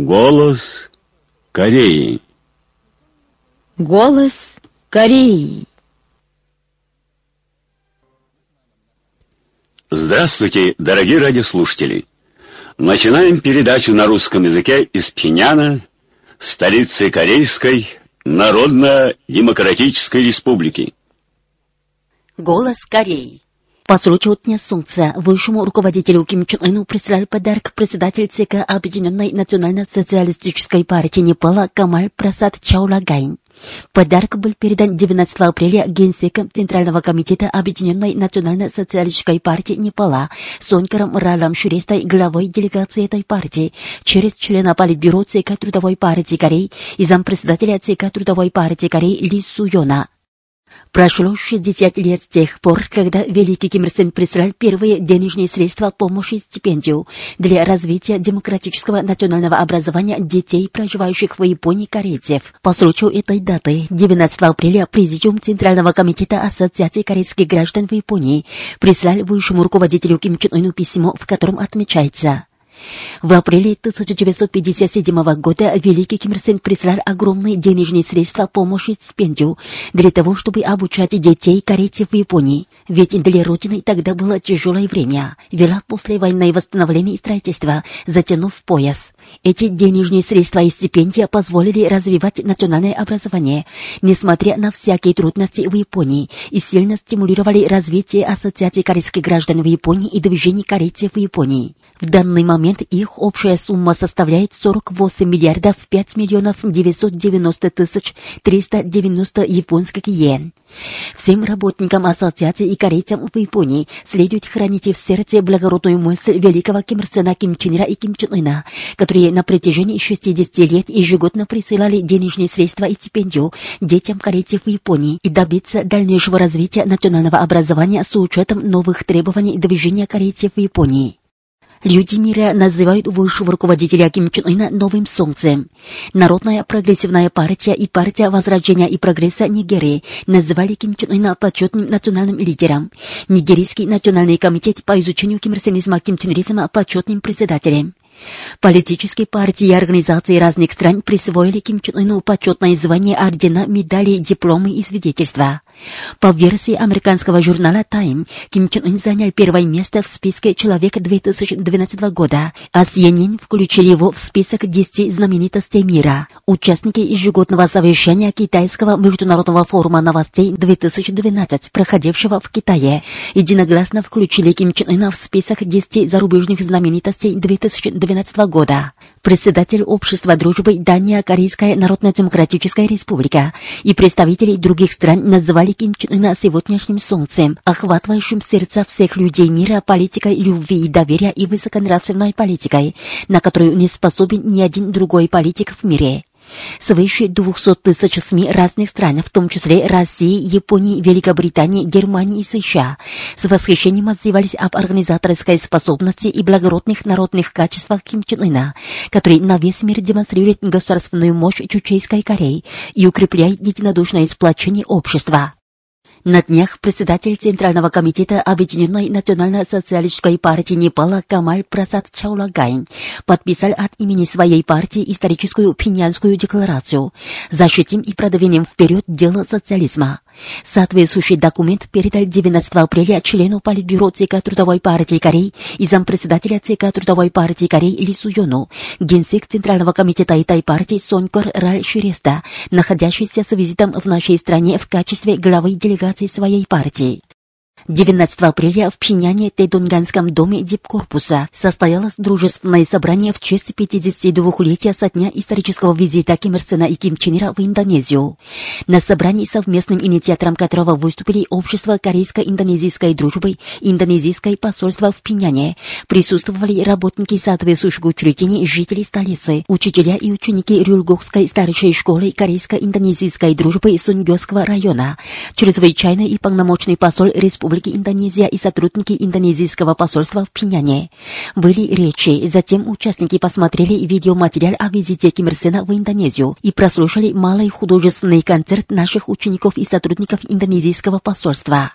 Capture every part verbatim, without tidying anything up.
Голос Кореи. Голос Кореи. Здравствуйте, дорогие радиослушатели! Начинаем передачу на русском языке из Пхеньяна, столицы Корейской Народно-Демократической Республики. Голос Кореи. По случаю Дня Солнца высшему руководителю Ким Чен Ыну прислал подарок председатель ЦК Объединенной национально-социалистической партии Непала Камаль Прасад Чаулагайн. Подарок был передан девятнадцатого апреля генсеком Центрального комитета Объединенной национально-социалистической партии Непала Сонькаром Ралом Шурестой, главой делегации этой партии, через члена Политбюро ЦК Трудовой партии Кореи и зампредседателя ЦК Трудовой партии Кореи Ли Суёна. Прошло шестьдесят лет с тех пор, когда великий Ким Ир Сен прислал первые денежные средства помощи и стипендию для развития демократического национального образования детей, проживающих в Японии корейцев. По случаю этой даты, девятнадцатого апреля, Президиум Центрального комитета Ассоциации корейских граждан в Японии прислал высшему руководителю Ким Чен Ыну письмо, в котором отмечается: в апреле тысяча девятьсот пятьдесят седьмого года великий Ким Ир Сен прислал огромные денежные средства помощи и стипендию для того, чтобы обучать детей корейцев в Японии. Ведь для Родины тогда было тяжелое время, вела послевоенное восстановление и строительство, затянув пояс. Эти денежные средства и стипендия позволили развивать национальное образование, несмотря на всякие трудности в Японии, и сильно стимулировали развитие Ассоциации корейских граждан в Японии и движений корейцев в Японии. В данный момент их общая сумма составляет сорок восемь миллиардов пять миллионов девятьсот девяносто тысяч триста девяносто японских йен. Всем работникам ассоциации и корейцам в Японии следует хранить в сердце благородную мысль великого Ким Ир Сена, Ким Чен Ира и Ким Чен Ына, которые на протяжении шестидесяти лет ежегодно присылали денежные средства и стипендию детям корейцев в Японии, и добиться дальнейшего развития национального образования с учетом новых требований движения корейцев в Японии. Люди мира называют высшего руководителя Ким Чен Ына новым солнцем. Народная прогрессивная партия и партия Возрождения и прогресса Нигерии называли Ким Чен Ына почетным национальным лидером. Нигерийский национальный комитет по изучению кимирсенизма, кимченризма почетным председателем. Политические партии и организации разных стран присвоили Ким Чен Ыну почетное звание, ордена, медали, дипломы и свидетельства. По версии американского журнала Time, Ким Чен Ын занял первое место в списке «Человек» две тысячи двенадцатого года, а Си Эн Эн включили его в список десяти знаменитостей мира. Участники ежегодного совещания Китайского международного форума новостей две тысячи двенадцать, проходившего в Китае, единогласно включили Ким Чен Ына в список десяти зарубежных знаменитостей две тысячи двенадцатого года. Председатель общества дружбы Дания, Корейская Народно-Демократическая Республика и представители других стран называли Ким Чен Ына сегодняшним солнцем, охватывающим сердца всех людей мира политикой любви и доверия и высоконравственной политикой, на которую не способен ни один другой политик в мире. Свыше двухсот тысяч СМИ разных стран, в том числе России, Японии, Великобритании, Германии и США, с восхищением отзывались об организаторской способности и благородных народных качествах Ким Чен Ына, который на весь мир демонстрирует государственную мощь Чучейской Кореи и укрепляет единодушное сплочение общества. На днях председатель Центрального комитета Объединенной национально-социалистической партии Непала Камаль Прасад Чаулагайн подписал от имени своей партии историческую Пхеньянскую декларацию «Защитим и продвинем вперед дело социализма». Соответствующий документ передал девятнадцатого апреля члену Политбюро ЦК Трудовой партии Кореи и зампредседателя ЦК Трудовой партии Кореи Ли Суёну, генсек Центрального комитета этой партии Сонькар Раль Шуреста, находящийся с визитом в нашей стране в качестве главы делегации своей партии. девятнадцатого апреля в Пхеньяне, Тэдонганском доме дипкорпуса, состоялось дружественное собрание в честь пятидесятидвухлетия со дня исторического визита Ким Ир Сена и Ким Чен Ира в Индонезию. На собрании, совместным инициатором которого выступили Общество корейско-индонезийской дружбы и Индонезийское посольство в Пхеньяне, присутствовали работники соответствующих учреждений, жители столицы, учителя и ученики Рюльгокской старшей школы корейско-индонезийской дружбы Сунгёского района, чрезвычайный и полномочный посол Республики Индонезия и сотрудники индонезийского посольства в Пхеньяне. Были речи, затем участники посмотрели видеоматериал о визите Ким Ир Сена в Индонезию и прослушали малый художественный концерт наших учеников и сотрудников индонезийского посольства.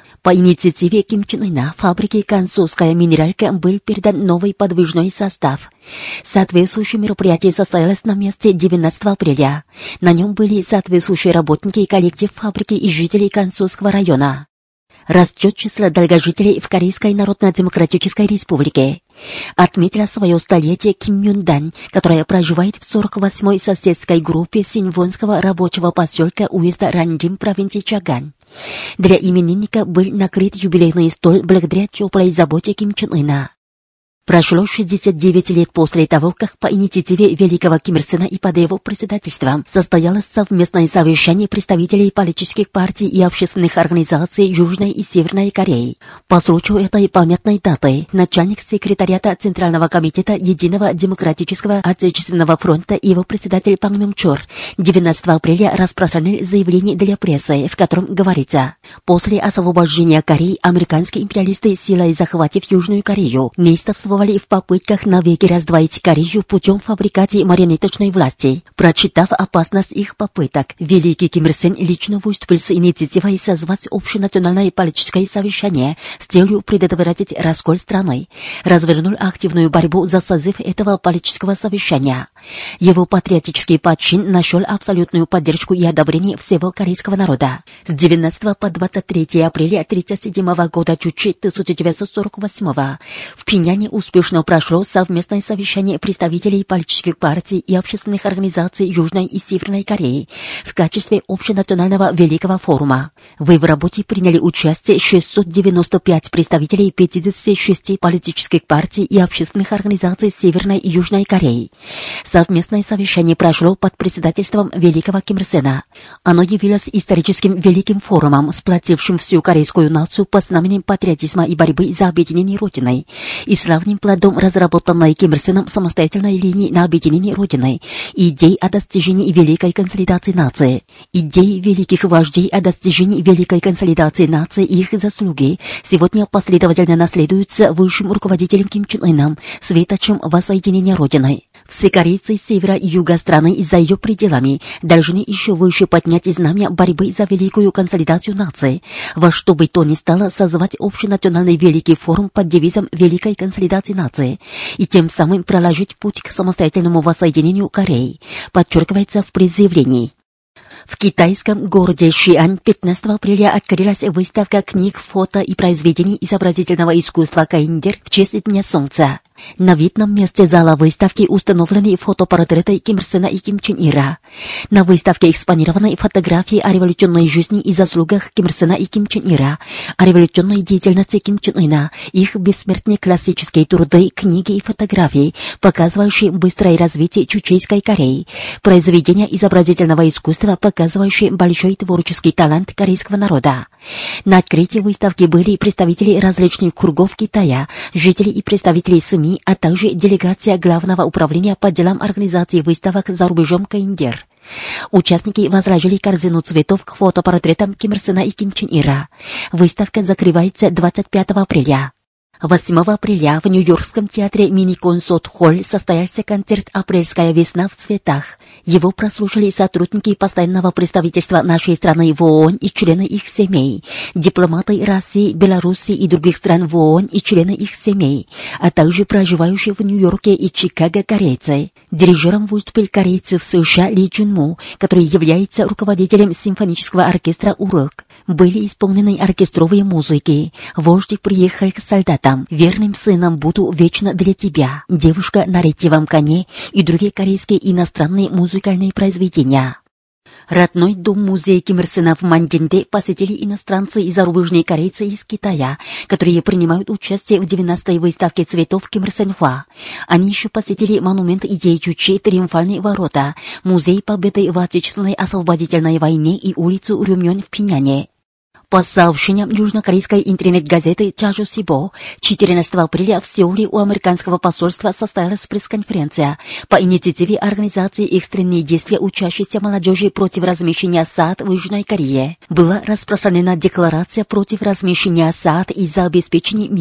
По инициативе Ким Чен Ына фабрике «Кансуйская минералька» был передан новый подвижной состав. Соответствующее мероприятие состоялось на месте девятнадцатого апреля. На нем были соответствующие работники и коллектив фабрики и жителей Кансуйского района. Растет число долгожителей в Корейской Народно-Демократической Республике. Отметила свое столетие Ким Мюн Дань, которая проживает в сорок восьмой соседской группе Синьвонского рабочего поселка уезда Ранджим провинции Чаган. Для именинника был накрыт юбилейный стол благодаря теплой заботе Ким Чен Ына. Прошло шестьдесят девять лет после того, как по инициативе великого Ким Ир Сена и под его председательством состоялось совместное совещание представителей политических партий и общественных организаций Южной и Северной Кореи. По случаю этой памятной даты начальник секретариата Центрального комитета Единого демократического отечественного фронта и его председатель Пан Мёng Чор девятнадцатого апреля распространил заявление для прессы, в котором говорится: после освобождения Кореи американские империалисты, силой захватив Южную Корею, неистовствовали в попытках навеки раздвоить Корею путем фабрикации марионеточной власти. Прочитав опасность их попыток, великий Ким Ир Сен лично выступил с инициативой созвать общенациональное политическое совещание с целью предотвратить раскол страны. Развернул активную борьбу за созыв этого политического совещания. Его патриотический подчин нашел абсолютную поддержку и одобрение всего корейского народа. С девятнадцатого по двадцать третье апреля тридцать седьмого года Чучи тысяча девятьсот сорок восьмого в Пхеньяне успешно прошло совместное совещание представителей политических партий и общественных организаций Южной и Северной Кореи в качестве общенационального великого форума. В его работе приняли участие шестьсот девяносто пять представителей пятидесяти шести политических партий и общественных организаций Северной и Южной Кореи. Совместное совещание прошло под председательством великого Ким Ир Сена. Оно явилось историческим великим форумом, сплотившим всю корейскую нацию под знаменем патриотизма и борьбы за объединение Родиной, и славным плодом разработанной Ким Ир Сеном самостоятельной линии на объединение Родины, идей о достижении великой консолидации нации, идей великих вождей о достижении великой консолидации нации и их заслуги сегодня последовательно наследуются высшим руководителем Ким Чен Ыном, светочем воссоединения Родины. Все корейцы севера и юга страны и за ее пределами должны еще выше поднять знамя борьбы за великую консолидацию нации, во что бы то ни стало созвать общенациональный великий форум под девизом великой консолидации нации и тем самым проложить путь к самостоятельному воссоединению Кореи, подчеркивается в призывлении. В китайском городе Шиань пятнадцатого апреля открылась выставка книг, фото и произведений изобразительного искусства «Каиндер» в честь Дня Солнца. На видном месте зала выставки установлены фотопортреты Ким Ир Сена и Ким Чен Ира. На выставке экспонированы фотографии о революционной жизни и заслугах Ким Ир Сена и Ким Чен Ира, о революционной деятельности Ким Чен Ына, их бессмертные классические труды, книги и фотографии, показывающие быстрое развитие Чучейской Кореи, произведения изобразительного искусства, показывающие большой творческий талант корейского народа. На открытии выставки были представители различных кругов Китая, жители и представители СМИ, а также делегация Главного управления по делам организации выставок за рубежом «Каиндер». Участники возложили корзину цветов к фотопортретам Ким Ир Сена и Ким Чен Ира. Выставка закрывается двадцать пятого апреля. восьмого апреля в Нью-Йоркском театре Мини-Консорт-Холл состоялся концерт «Апрельская весна в цветах». Его прослушали сотрудники постоянного представительства нашей страны в ООН и члены их семей, дипломаты России, Беларуси и других стран в ООН и члены их семей, а также проживающие в Нью-Йорке и Чикаго корейцы. Дирижером выступил корейец в США Ли Джун Му, который является руководителем симфонического оркестра «Урок». Были исполнены оркестровые музыки. Вождь приехал к солдатам. «Верным сыном буду вечно для тебя», «Девушка на ретивом коне» и другие корейские иностранные музыкальные произведения. Родной дом-музей Ким Ир Сена в Мандинде посетили иностранцы и зарубежные корейцы из Китая, которые принимают участие в девятнадцатой выставке цветов Ким Ир Сенхуа. Они еще посетили монумент идеи Чучи, Триумфальные ворота, музей Победы в Отечественной освободительной войне и улицу Рюмьон в Пхеньяне. По сообщениям южнокорейской интернет-газеты Чажу Сибо, четырнадцатого апреля в Сеуле у американского посольства состоялась пресс-конференция по инициативе организации «Экстренные действия учащейся молодежи против размещения САД в Южной Корее». Была распространена декларация против размещения САД из-за обеспечения мира.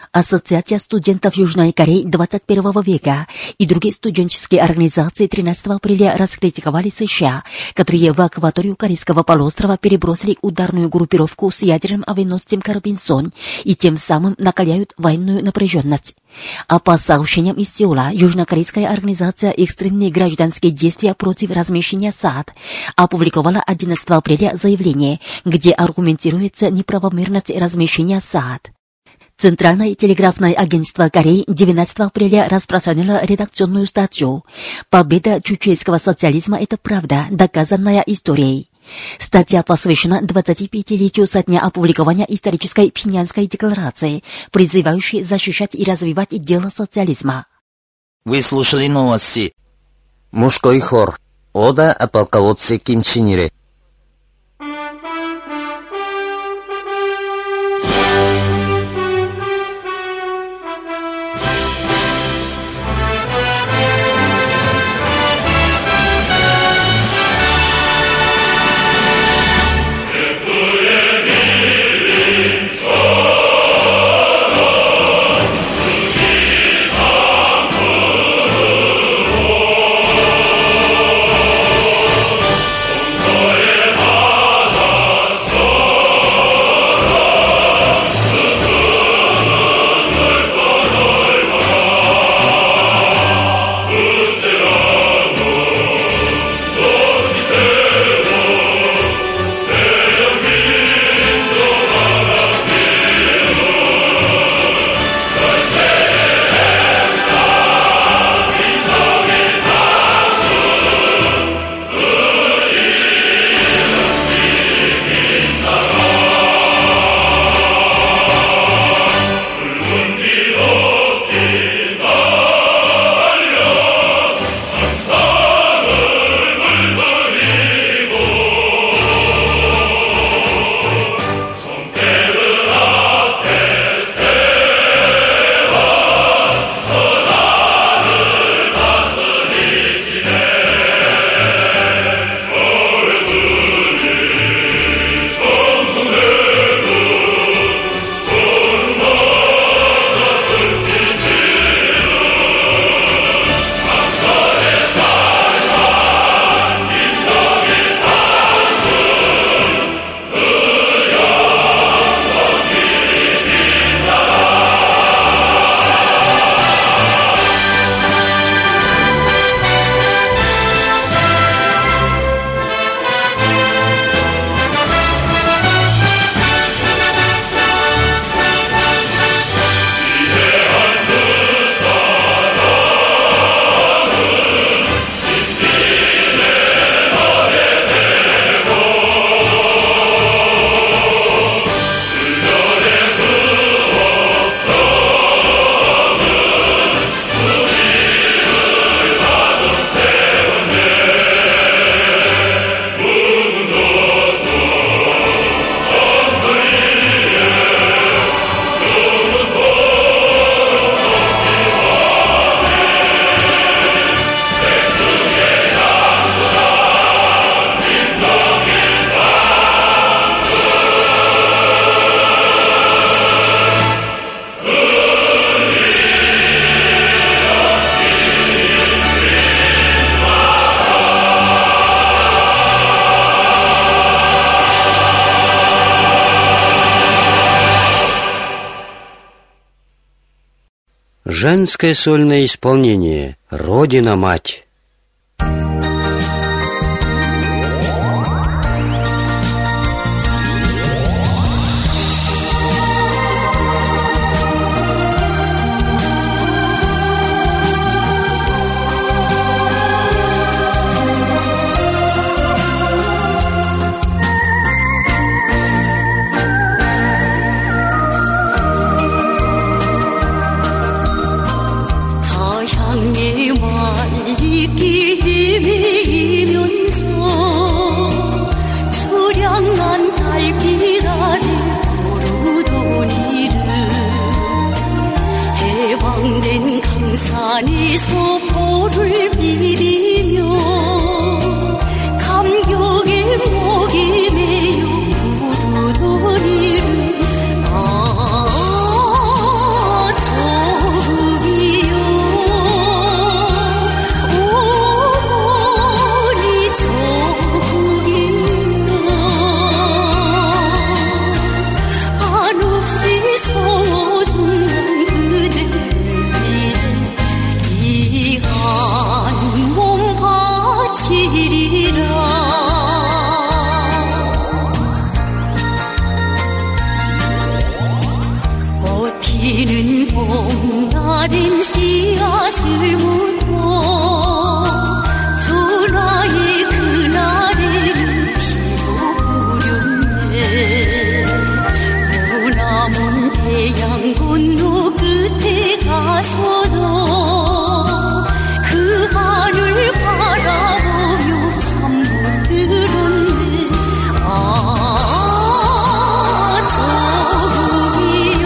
Ассоциация студентов Южной Кореи двадцать первого века и другие студенческие организации тринадцатого апреля раскритиковали США, которые в акваторию Корейского полуострова перебросили ударную группировку с ядерным авианосцем «Карбинсон» и тем самым накаляют военную напряженность. А по сообщениям из Сеула, южнокорейская организация «Экстренные гражданские действия против размещения САД» опубликовала одиннадцатого апреля заявление, где аргументируется неправомерность размещения САД. Центральное телеграфное агентство Кореи девятнадцатого апреля распространило редакционную статью «Победа чучуэйского социализма – это правда, доказанная историей». Статья посвящена двадцатипятилетию со дня опубликования исторической Пхеньянской декларации, призывающей защищать и развивать дело социализма. Вы слушали новости. Мужской хор. Ода о полководце Ким Чен Иле. Женское сольное исполнение «Родина-мать». 꽃 피는 봄날엔 씨앗을 묻고 소라의 그날에는 비도 부렸네. 머나먼 태양 건너 끝에 가서도 그 하늘 바라보며 잠 못 들었네. 아 저기요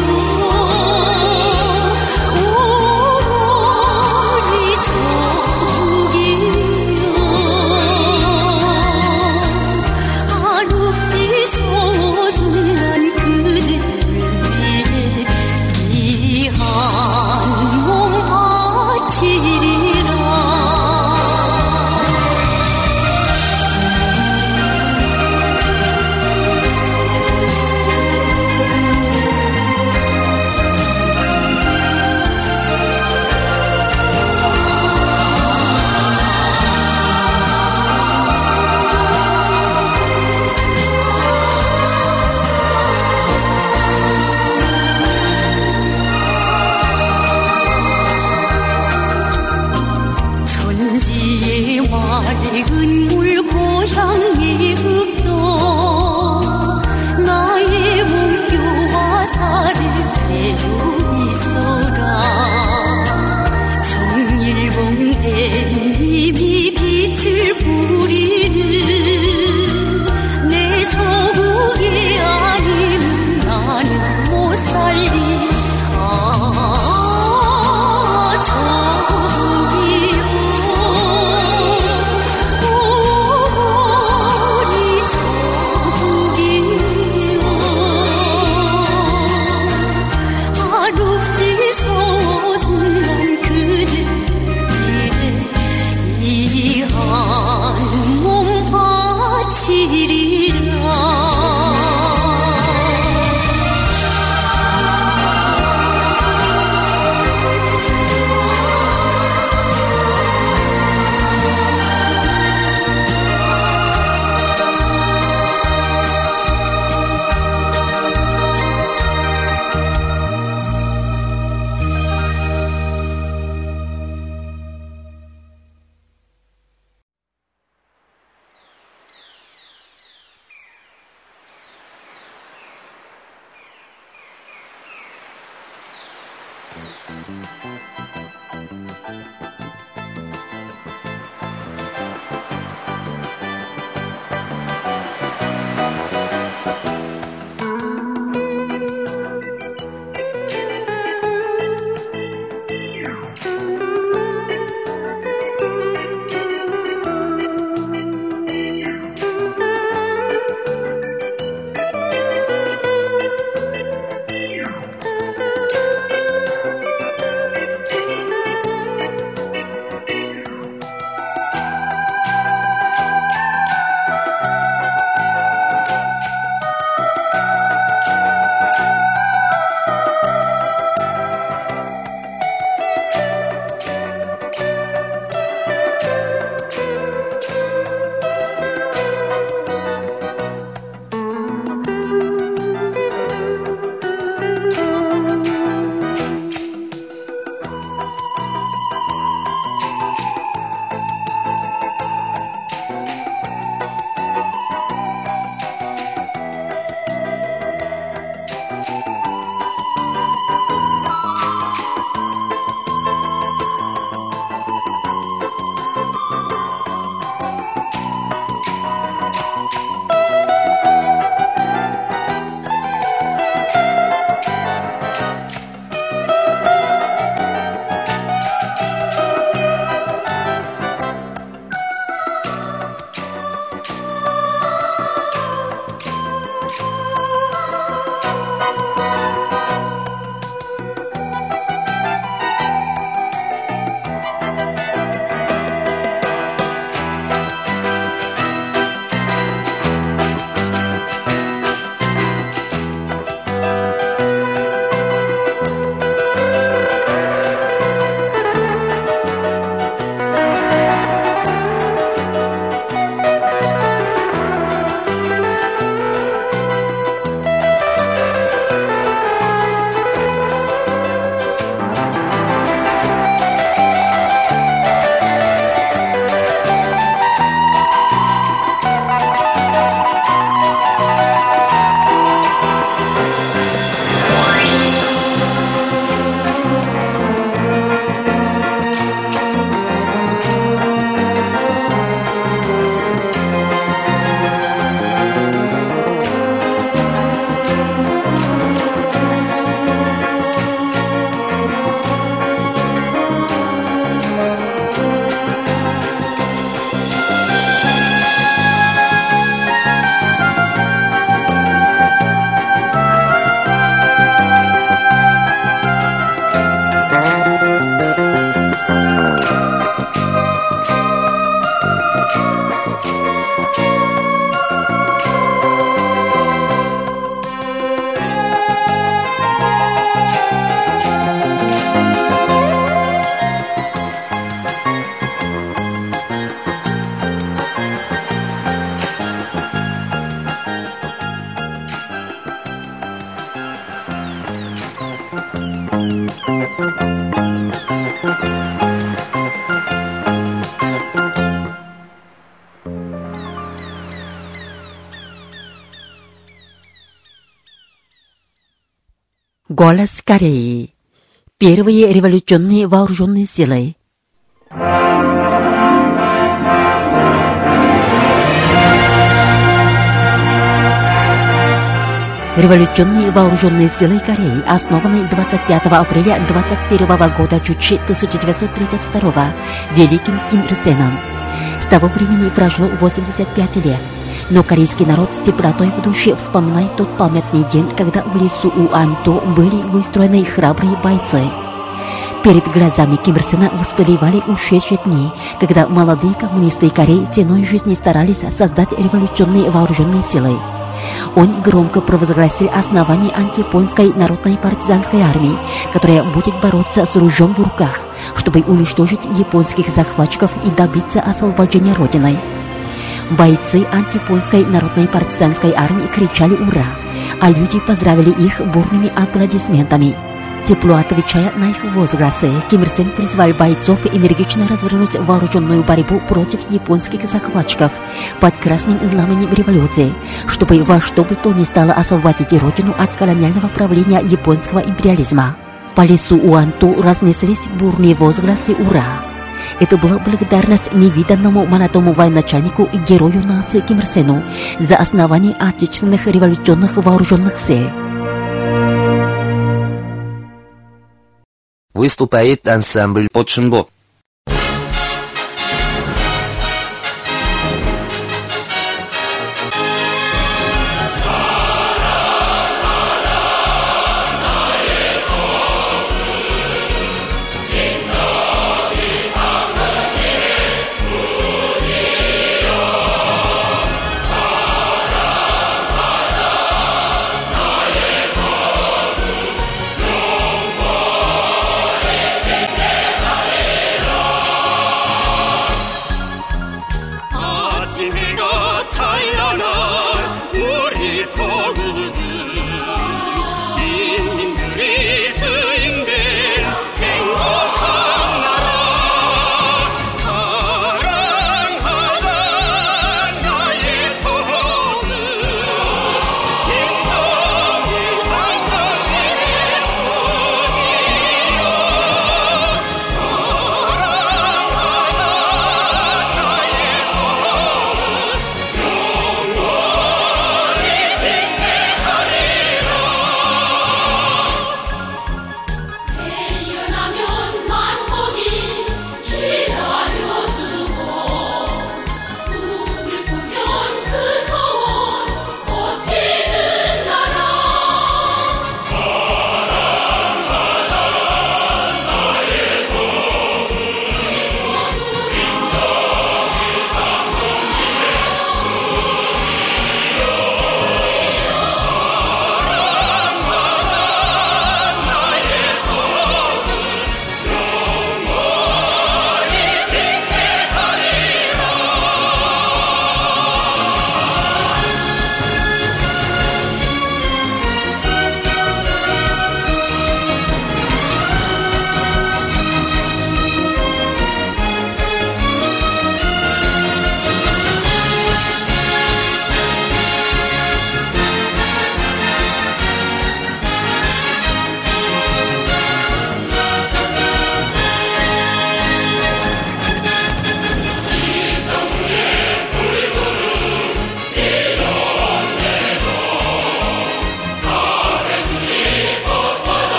우리 저기요 한없이 서워준 난 그대를 위해 이 한 몸 바치리라. 천지의 맑은 물 고향의 흙도 나의 몸뼈와 살을 베고 있어라. 정일봉된 님이 빛을 뿌리는 내 조국이 아니면 나는 못 살리. 아 저기요 우리 저국이요 한없이 서워준 난 그대에게 이 한 몸 바치리라. Голос Кореи. Первые революционные вооруженные силы. Революционные вооруженные силы Кореи, основанные двадцать пятого апреля двадцать первого года Чучи тысяча девятьсот тридцать второго Великим Ким Ир Сеном. С того времени прошло восемьдесят пять лет, но корейский народ с теплотой в душе вспоминает тот памятный день, когда в лесу Уанто были выстроены храбрые бойцы. Перед глазами Ким Ир Сена воспливали ушедшие дни, когда молодые коммунисты Кореи ценой жизни старались создать революционные вооруженные силы. Он громко провозгласил основание антияпонской народной партизанской армии, которая будет бороться с ружьем в руках, чтобы уничтожить японских захватчиков и добиться освобождения Родины. Бойцы антияпонской народной партизанской армии кричали «Ура!», а люди поздравили их бурными аплодисментами. Тепло отвечая на их возгласы, Ким Ир Сен призвал бойцов энергично развернуть вооруженную борьбу против японских захватчиков под красным знаменем революции, чтобы во что бы то ни стало освободить родину от колониального правления японского империализма. По лесу Уанто разнеслись бурные возгласы «Ура!». Это была благодарность невиданному молодому военачальнику и герою нации Ким Ир Сену за основание отечественных революционных вооруженных сил. Выступает ансамбль Починбо.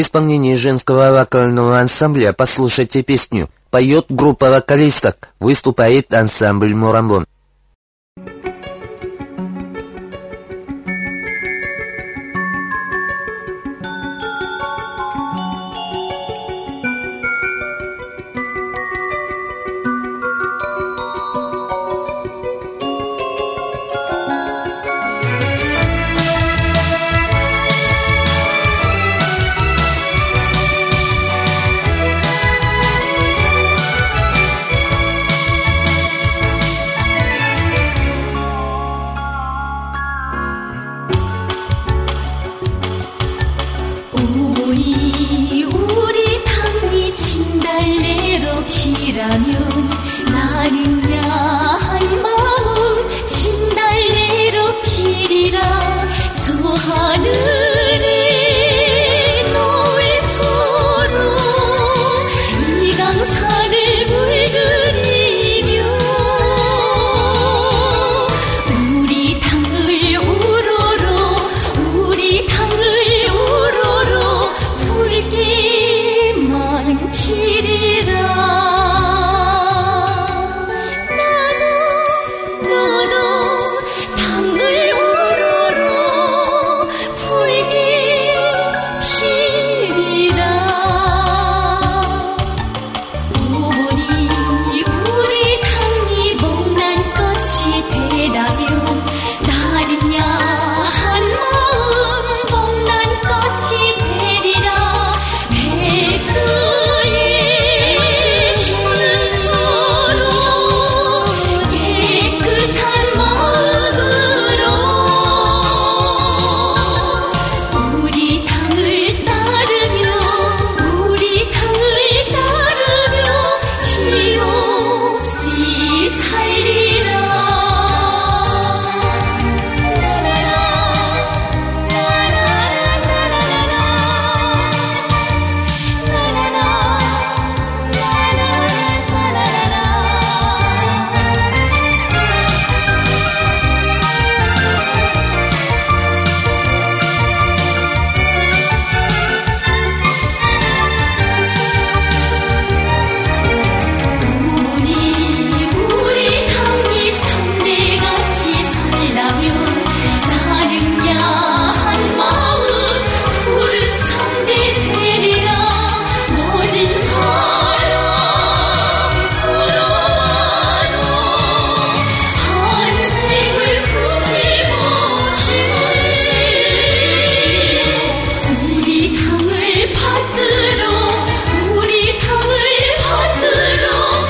В исполнении женского вокального ансамбля «Послушайте песню» поет группа вокалисток, выступает ансамбль «Морамбон». 오니 우리 당리 진달래로 피라면 나는야 한 마음 진달래로 피리라 저 하늘에 노을처럼 이 강산을 물들이며 우리 당을 우러러 우리 당을 우러러 붉게 만지리라 나도 너도 당을 우러러 붉게 피리라 어머니 우리 당이 목난 꽃이 되라면 나는야 한 마음 목난 꽃이 되리라 백두의 신처럼 깨끗한 마음으로 우리 당을 따르며 우리 당을 따르며 지없이 살리라 어머니 우리 당이 천대같이 살라면 나는야 한 마음 푸른 천대 되리라 모진 바람 불어와도 한생을 품히고지 우리 당을 받들어 우리 당을 받들어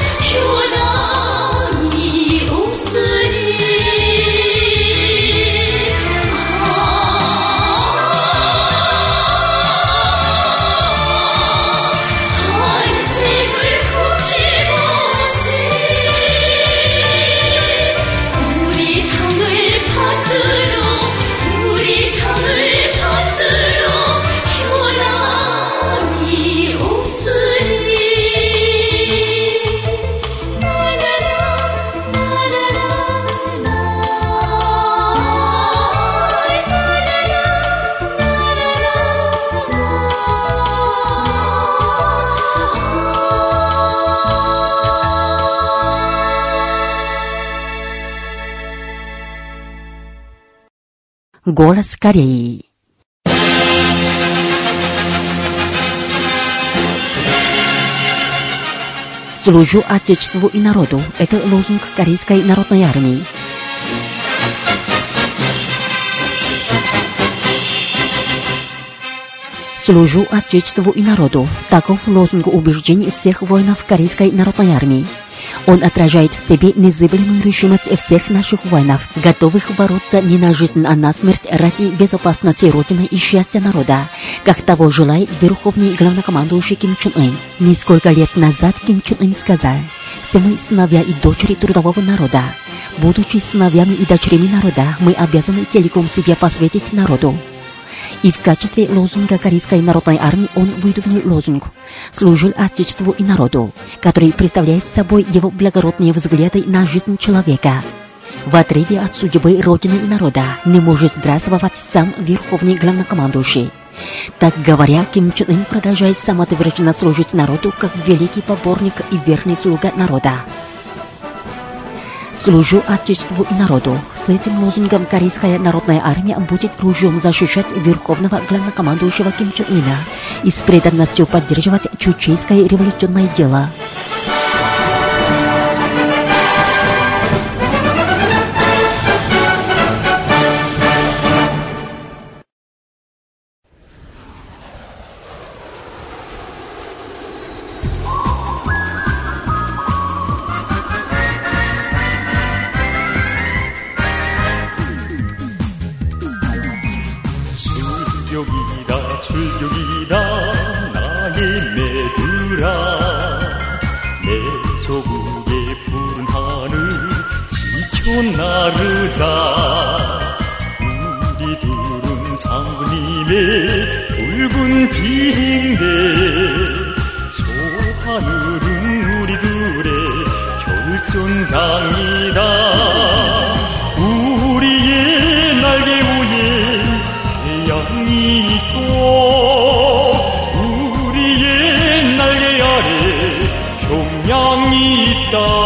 변함이 없으리 한생을 품히고지 우리 당을 받들어 우리 당을 받들어 변함이 없으리 나나나 나나나 Голос Кореи. Служу Отечеству и народу. Это лозунг Корейской народной армии. Служу Отечеству и народу. Таков лозунг убеждений всех воинов Корейской народной армии. Он отражает в себе незыблемую решимость всех наших воинов, готовых бороться не на жизнь, а на смерть ради безопасности Родины и счастья народа, как того желает верховный главнокомандующий Ким Чен Ын. Несколько лет назад Ким Чен Ын сказал: «Все мы сыновья и дочери трудового народа. Будучи сыновьями и дочерями народа, мы обязаны целиком себя посвятить народу». И в качестве лозунга Корейской народной армии он выдвинул лозунг «Служил Отечеству и народу», который представляет собой его благородные взгляды на жизнь человека. В отрыве от судьбы Родины и народа не может здравствовать сам верховный главнокомандующий. Так говоря, Ким Чен Ын продолжает самоотверженно служить народу как великий поборник и верный слуга народа. «Служу Отечеству и народу». С этим лозунгом Корейская народная армия будет ружьем защищать верховного главнокомандующего Ким Чен Ына и с преданностью поддерживать чучейское революционное дело. 출격이다 출격이다 나의 매들아 내 조국의 푸른 하늘 지켜 나르자 우리들은 장군님의 붉은 비행대 저 하늘은 우리들의 결전장이다 우리의 날개 위에 태양이 있고 우리의 날개 아래 평양이 있다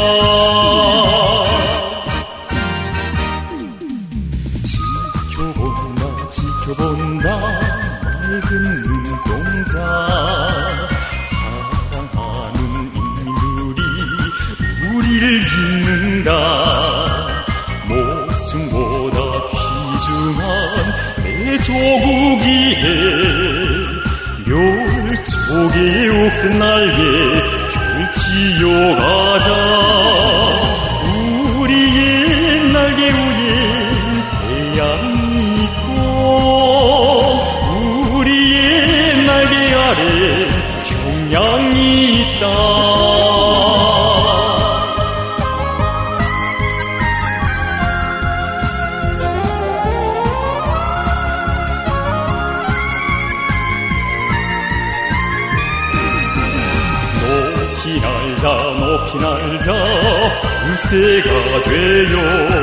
지켜본다 지켜본다 맑은 눈동자 사랑하는 인민들이 우리를 믿는다 목숨보다 귀중한 내 조국이해 멸족의 옥슨 날개 펼치어 가자 우리의 날개 위엔 태양이 있고 우리의 날개 아래 평양이 있다 높이 날자 높이 날자 불새가 되어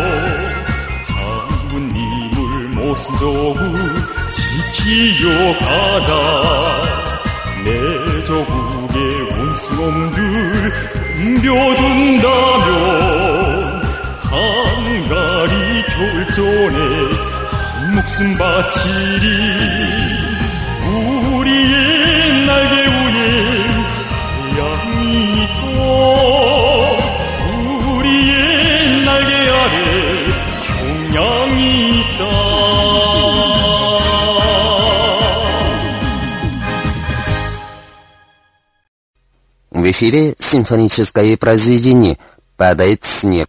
장군님을 모신 조국 지키려 가자 내 조국의 원수놈들 덤벼든다면 한가리 결전에 한 목숨 바치리 우리의 날개 위에 태양이 있고 우리의 날개 아래 평양이 있다 В эфире симфоническое произведение «Падает снег».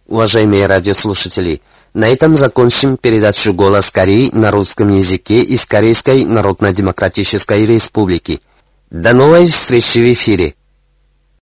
Уважаемые радиослушатели, на этом закончим передачу «Голос Кореи» на русском языке из Корейской Народно-Демократической Республики. До новой встречи в эфире.